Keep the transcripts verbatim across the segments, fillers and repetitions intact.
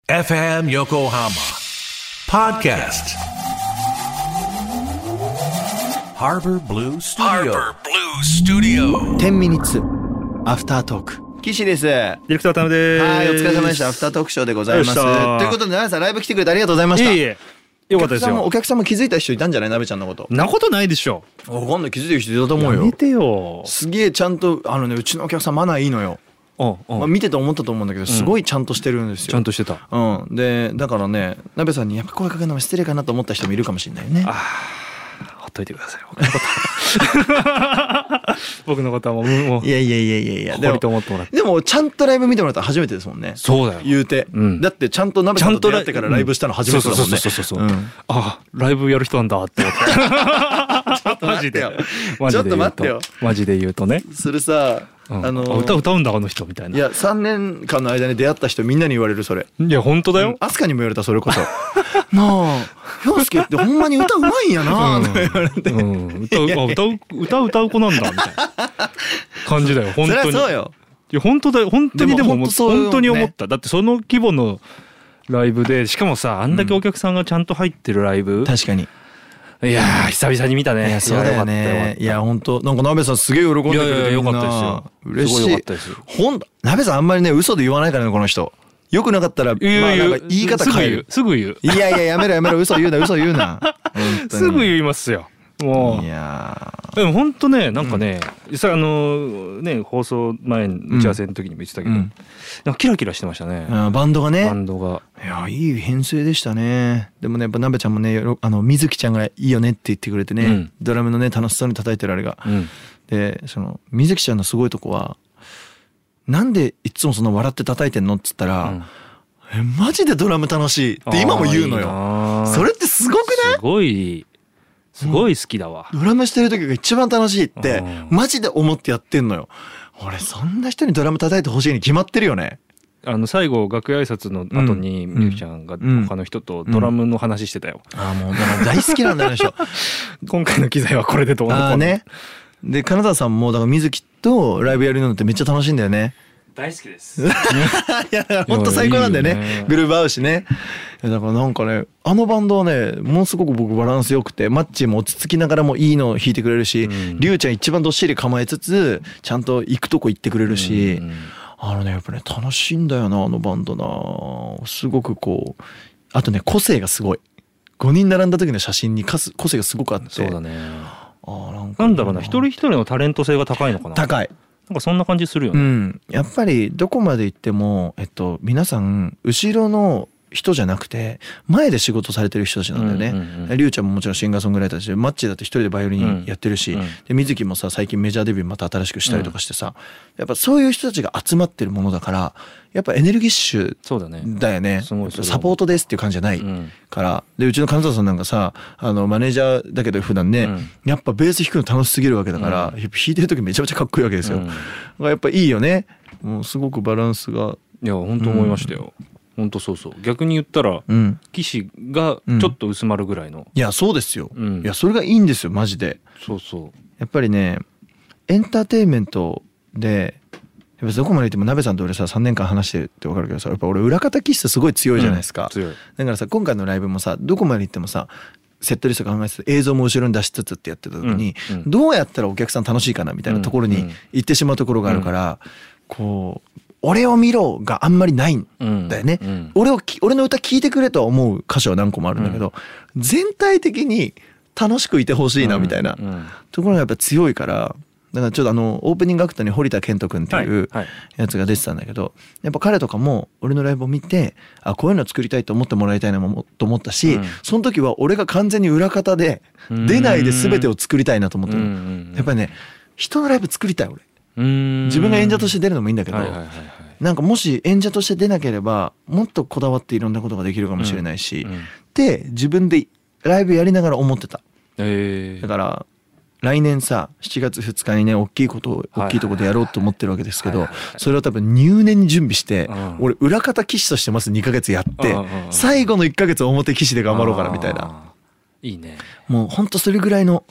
エフエム 横浜 Podcast Harbor Blue Studio Harbor Blue Studio テンミニッツアフタートーク岸です。ディレクター渡辺です。 はい、お疲れ様でした。アフタートークショーでございます。ということでナベさんライブ来てくれてありがとうございました。 いいえよかったですよ。 お客さんも気づいた人いたんじゃない？ナベちゃんのこと。 なことないでしょ。 わかんない、気づいてる人いたと思うよ。 やめてよ。 すげえちゃんとあのね、うちのお客さんマナーいいのよ。 ああまあ、見てて思ったと思うんだけどすごいちゃんとしてるんですよ、 うん、ちゃんとしてた、 うん、でだからねナベさんにやっぱ声かけるのも失礼かなと思った人もいるかもしれないね。 あほっといてください僕のこと僕のことはもうもういやいやいやいやいやでもと思ってもらってでもちゃんとライブ見てもらったら初めてですもんね。 そうだよ言うて、うん、だってちゃんとナベさんと出会ってからライブしたの初めてだもんね。 そうそうそうそうそう、うん、あライブやる人なんだって思ってちょっと待ってよマジでちょっと待ってよマジで言うとねそれさうん、あのー、歌歌うんだあの人みたいな。 いやさんねんかんの間に出会った人みんなに言われるそれ。 いや本当だよ。 アスカにも言われたそれこそなあ陽介ってほんまに歌うまいんやなとか言われて、うんうん、 歌うあ歌う歌う歌う子なんだみたいな感じだよ本当に。 そりゃそうよ。 いや本当だよ本当にでもでも本当、ね、 本当に思った。だってその規模のライブでしかもさあんだけお客さんがちゃんと入ってるライブ、 うん、確かにいやー久々に見たね。 いやそうだよね。いや本当なんかナベさんすげえ喜んでくれて。いやいやよかったですよ。嬉しい。すごいよかったですよ。ほんナベさんあんまりね嘘で言わないからねこの人。よくなかったらまあなんか言い方変える。 すぐ言う。 いやいややめろやめろ嘘言うな嘘言うな。 すぐ言いますよ。もういやでも本当ねなんかね、うん、さあのね放送前打ち合わせの時にも言ってたけど、うん、なんかキラキラしてましたね。 あバンドがね。 バンドがいやいい編成でしたね。でもねやっぱナベちゃんもねあの水木ちゃんがいいよねって言ってくれてね、うん、ドラムのね楽しそうに叩いてるあれが、うん、でその水木ちゃんのすごいとこはなんでいつもその笑って叩いてんのっつったら、うん、えマジでドラム楽しいって今も言うのよ。それってすごくない？ すごいすごい好きだわ。 ドラムしてる時が一番楽しいってマジで思ってやってんのよ。俺そんな人にドラム叩いてほしいに決まってるよね。 あの最後楽屋挨拶の後にみゆきちゃんが他の人とドラムの話してたよ。 うんうん、あもう大好きなんだよ人今回の機材はこれでどうなのね。で金沢さんもだから水木とライブやるのってめっちゃ楽しいんだよね。 大好きですいや本当最高なんだよね。いいよねグルーブ合うしね。だからなんかねあのバンドはねものすごく僕バランス良くてマッチも落ち着きながらもいいのを弾いてくれるし、りゅうちゃん一番どっしり構えつつちゃんと行くとこ行ってくれるし、うんうん、あのねやっぱね楽しいんだよなあのバンドな。すごくこうあとね個性がすごい。ごにん並んだ時の写真に個性がすごくあって。 そうだね。 あなんかなんだろうな一人一人のタレント性が高いのかな。 高い。 なんかそんな感じするよね、 うん、やっぱりどこまで行っても、えっと、皆さん後ろの人じゃなくて前で仕事されてる人たちなんだよね。りゅう、うんうん、ちゃんももちろんシンガーソングライターだしマッチだって一人でバイオリンやってるし、うんうん、で水木もさ最近メジャーデビューまた新しくしたりとかしてさ、うん、やっぱそういう人たちが集まってるものだからやっぱエネルギッシュだよね。 そうだねサポートですっていう感じじゃないから、うん、でうちの金沢さんなんかさあのマネージャーだけど普段ね、うん、やっぱベース弾くの楽しすぎるわけだから、うん、弾いてる時めちゃめちゃかっこいいわけですよ、うん、やっぱいいよね。もうすごくバランスがいや本当思いましたよ、うん本当そうそう逆に言ったら、うん、岸がちょっと薄まるぐらいの、うん、 いやそうですよ、うん、いやそれがいいんですよマジで。 そうそうやっぱりねエンターテインメントでやっぱどこまで行っても鍋さんと俺ささんねんかん話してるって分かるけどさやっぱ俺裏方気質すごい強いじゃないですか、うん、 強い。 だからさ今回のライブもさどこまで行ってもさセットリスト考えてて映像も後ろに出しつつってやってた時に、うんうん、どうやったらお客さん楽しいかなみたいなところに行ってしまうところがあるから、うん、こう俺を見ろがあんまりないんだよね、うんうん、俺を俺の歌聴いてくれとは思う歌詞は何個もあるんだけど、うん、全体的に楽しくいてほしいなみたいなところがやっぱ強いからだからちょっとあのオープニングアクトに堀田健人君っていうやつが出てたんだけどやっぱ彼とかも俺のライブを見てあこういうの作りたいと思ってもらいたいなと思ったし、うん、その時は俺が完全に裏方で出ないで全てを作りたいなと思ってる。やっぱりね人のライブ作りたい俺。自分が演者として出るのもいいんだけど、はいはいはいはい、なんかもし演者として出なければもっとこだわっていろんなことができるかもしれないし、うんうん、って自分でライブやりながら思ってた、えー、だから来年さしちがつふつかにね大きいことを大きいところでやろうと思ってるわけですけど、それを多分入念に準備して、俺裏方騎士としてまずにかげつやって最後のいっかげつ表騎士で頑張ろうかなみたいな。 いいね。 もうほんとそれぐらいの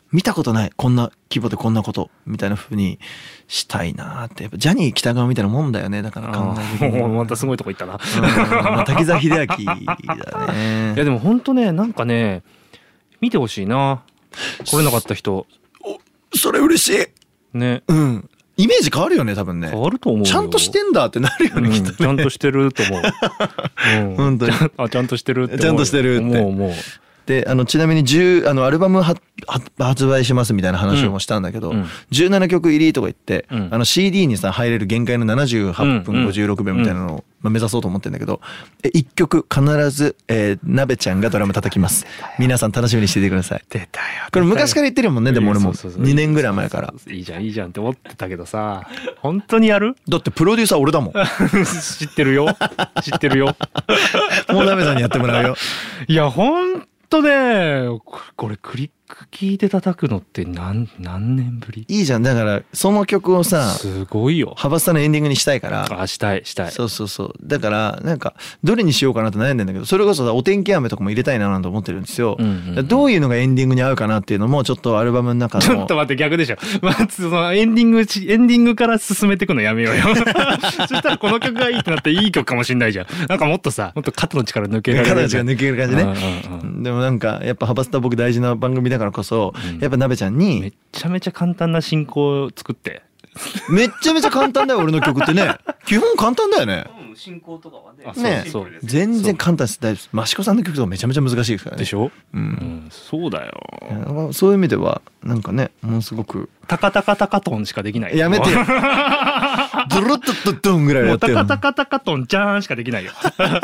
見たことないこんな規模でこんなことみたいな風にしたいなって。やっぱジャニー喜多川みたいなもんだよね。だから考えてもうまたすごいとこ行ったな。 まあ、滝沢秀明だね。 いやでも本当ねなんかね見てほしいな来れなかった人。 それ嬉しいね。 うんイメージ変わるよね多分ね。 変わると思うよ。 ちゃんとしてんだってなるよね、 うん、 きっとね。 ちゃんとしてると思う。うん、 本当にあちゃんとしてるって思う。 ちゃんとしてるって思う思う。 であのちなみにじゅうあのアルバムはは発売しますみたいな話もしたんだけど、 うん、 じゅうななきょく入りとか言って、うん、あの シーディー にさ入れる限界のななじゅうはっぷんごじゅうろくびょうみたいなのを、まあ、目指そうと思ってんだけど、えいっきょく必ず、えー、なべちゃんがドラム叩きます。皆さん楽しみにしててください。 出たよ。 これ昔から言ってるもんね。でも俺もにねんぐらい前からいいじゃんいいじゃんって思ってたけどさ本当にやる？ だってプロデューサー俺だもん。 知ってるよ知ってるよ。 もうなべさんにやってもらうよ。 いやほんとねこれクリック聞いて叩くのって何何年ぶり？ いいじゃん。だからその曲をさすごいよハバスタのエンディングにしたいから。 あしたいしたい。 そうそうそう。だからなんかどれにしようかなって悩んでんだけど、それこそお天気雨とかも入れたいななんて思ってるんですよ、うんうんうん、どういうのがエンディングに合うかなっていうのもちょっとアルバムの中のちょっと待って逆でしょ。まずそのエンディングエンディングから進めていくのやめようよ。そしたらこの曲がいいってなっていい曲かもしんないじゃん。なんかもっとさもっと肩の力抜けられる。 肩の力抜ける感じね、うんうんうん、でもなんかやっぱハバスタ僕大事な番組だからこそ、うんやっぱなべちゃんにめちゃめちゃ簡単な進行を作って。 めっちゃめちゃ簡単だよ俺の曲ってね。基本簡単だよね。 進行とかはね。 ねそう全然簡単です。大丈夫です。益子さんの曲とかめちゃめちゃ難しいですからね。 でしょ、 うんうん、 そうだよ。 そういう意味ではなんかねものすごくタカタカタカトンしかできない。 やめてよ。ドロッとドッドンぐらいやってる。 タカタカタカトンジャーンしかできないよ。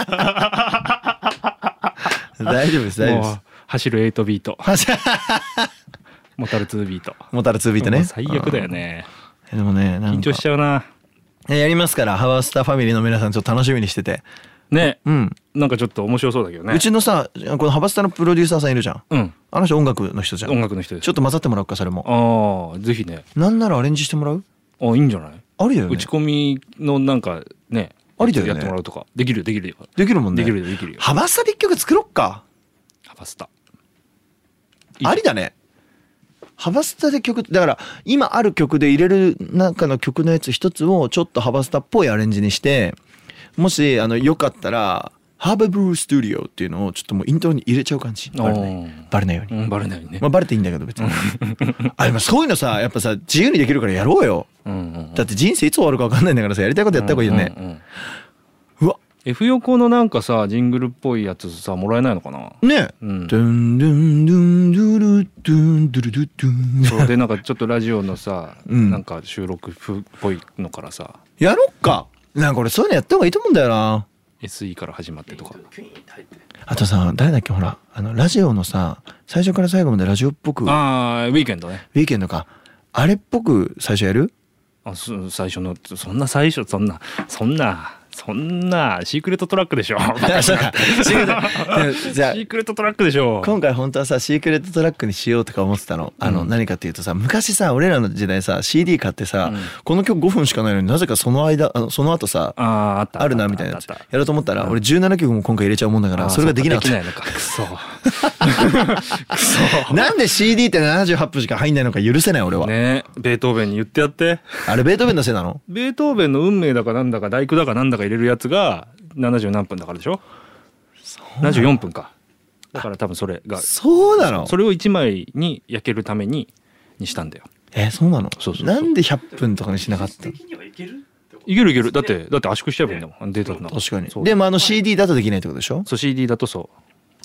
大丈夫です大丈夫です。 走るエイトビート。モタルツービート。 モタルツービートね。 最悪だよね。 でもねなんか緊張しちゃうな。 やりますからハバスタファミリーの皆さんちょっと楽しみにしててね、 うん、 なんかちょっと面白そうだけどね。 うちのさこのハバスタのプロデューサーさんいるじゃん、うん、あの人音楽の人じゃん。 音楽の人です。 ちょっと混ざってもらうかそれも。 ああぜひね。 なんならアレンジしてもらう。 あいいんじゃない。 ありだよね。 打ち込みのなんかねありだよね。 やってもらうとかできるよできるよできるもんね。 できるよできるよ。 ハバスタで一曲作ろっか。 ハバスタありだね。ハバスタで曲だから今ある曲で入れる中の曲のやつ一つをちょっとハバスタっぽいアレンジにして、もしあのよかったらハーバーブルースタジオっていうのをちょっともうイントロに入れちゃう感じ。バレないバレないように、 うん、バレないようにね。 まあバレていいんだけど別に。あでもそういうのさやっぱさ自由にできるからやろうよ、うんうんうん、だって人生いつ終わるか分かんないんだからさやりたいことやった方がいいよね、うんうんうん、うわ F 横のなんかさジングルっぽいやつさもらえないのかなね。ドゥンドゥンドゥンドゥルドゥンドゥルドゥドゥン。 そうでなんかちょっとラジオのさ、うん、なんか収録風っぽいのからさやろっか。なんか俺そういうのやった方がいいと思うんだよな。 エスイー から始まってとか。 あとさ誰だっけほらあのラジオのさ最初から最後までラジオっぽく。 ああウィーケンドね。 ウィーケンドかあれっぽく最初やる。あ最初のそんな最初そんなそんなそんなシークレットトラックでしょ。じゃあシークレットトラックでしょ。 今回本当はさシークレットトラックにしようとか思ってたの。あの、うん、何かっていうとさ昔さ俺らの時代さ シーディー 買ってさ、うん、この曲ごふんしかないのになぜかその間あのその後さ あ, あ, あるなみたいなやつやろうと思ったら、うん、俺じゅうななきょくも今回入れちゃうもんだからそれができなかった。 できないのかクソクソなんで シーディー ってななじゅうはっぷんしか入んないのか許せない俺はね。ベートーベンに言ってやって。あれベートーベンのせいなの。 ベートーベンの運命だかなんだか第九だかなんだか入れるやつがななじゅうなんぷんだからでしょ。ななじゅうよんぷんか。だから多分それがそうなの。 それをいちまいに焼けるためににしたんだよ。 えそうなの。 そうそうそう。 なんでひゃっぷんとかにしなかったの。いけるいけるいける。だってだって圧縮しちゃえばいいんだもんデータの。 確かに。でもあの シーディー だとできないってことでしょ。 そう シーディー だとそう。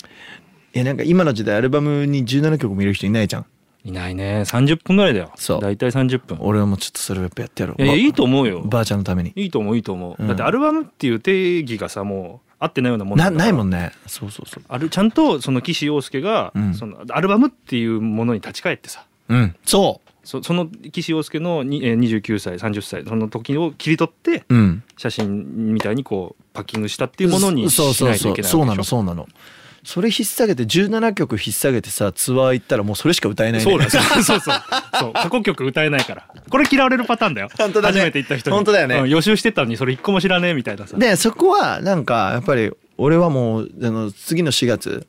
いやなんか今の時代アルバムにじゅうななきょく見る人いないじゃん。 いないね。さんじゅっぷんぐらいだよ。 そうだいたいさんじゅっぷん。 俺はもうちょっとそれをやっぱやってやろう。 いやいいと思うよ。 ばあちゃんのためにいいと思ういいと思う、うん、だってアルバムっていう定義がさもう合ってないようなもんなないもんね。そうそうそう。 あるちゃんとその岸洋介が、うん、そのアルバムっていうものに立ち返ってさ、 うん、そうそ, その岸洋介のににじゅうきゅうさいさんじゅっさいその時を切り取って、うん、写真みたいにこうパッキングしたっていうものにしないといけないわけでしょ。 そうなのそうなの。それ引っ提げてじゅうななきょく引っ提げてさツアー行ったらもうそれしか歌えないね。 そうだそうそうそうそう過去曲歌えないからこれ嫌われるパターンだよ。 本当だね。 初めて行った人に本当だよね、 うん、予習してたのにそれ一個も知らねえみたいなさ。 でそこはなんかやっぱり俺はもうあの次のしがつ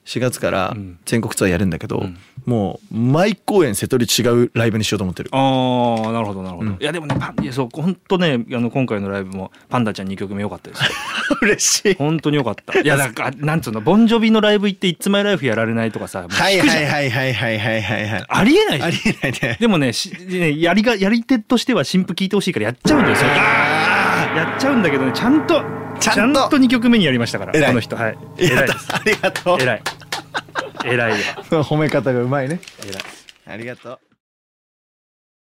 しがつから全国ツアーやるんだけど、 うん、 もう毎公演瀬戸り違うライブにしようと思ってる。 ああ、なるほどなるほど、うん、いやでもねパンいやそう本当ねあの今回のライブもパンダちゃんにきょくめ良かったです嬉しい。 本当に良かった。いやだからなんつうのボンジョビのライブ行っていつまいライフやられないとかさ、 はいはいはいはいはいはいはいはい、 ありえないじゃん。 ありえないね。 でもねしねやりがやり手としては新譜聞いてほしいからやっちゃうんだよ。それあやっちゃうんだけどね、ちゃんとちゃんとにきょくめにやりましたからこの人。はい、偉いです。 ありがとう。 偉い偉いよ褒め方がうまいね。 偉い。 ありがとう。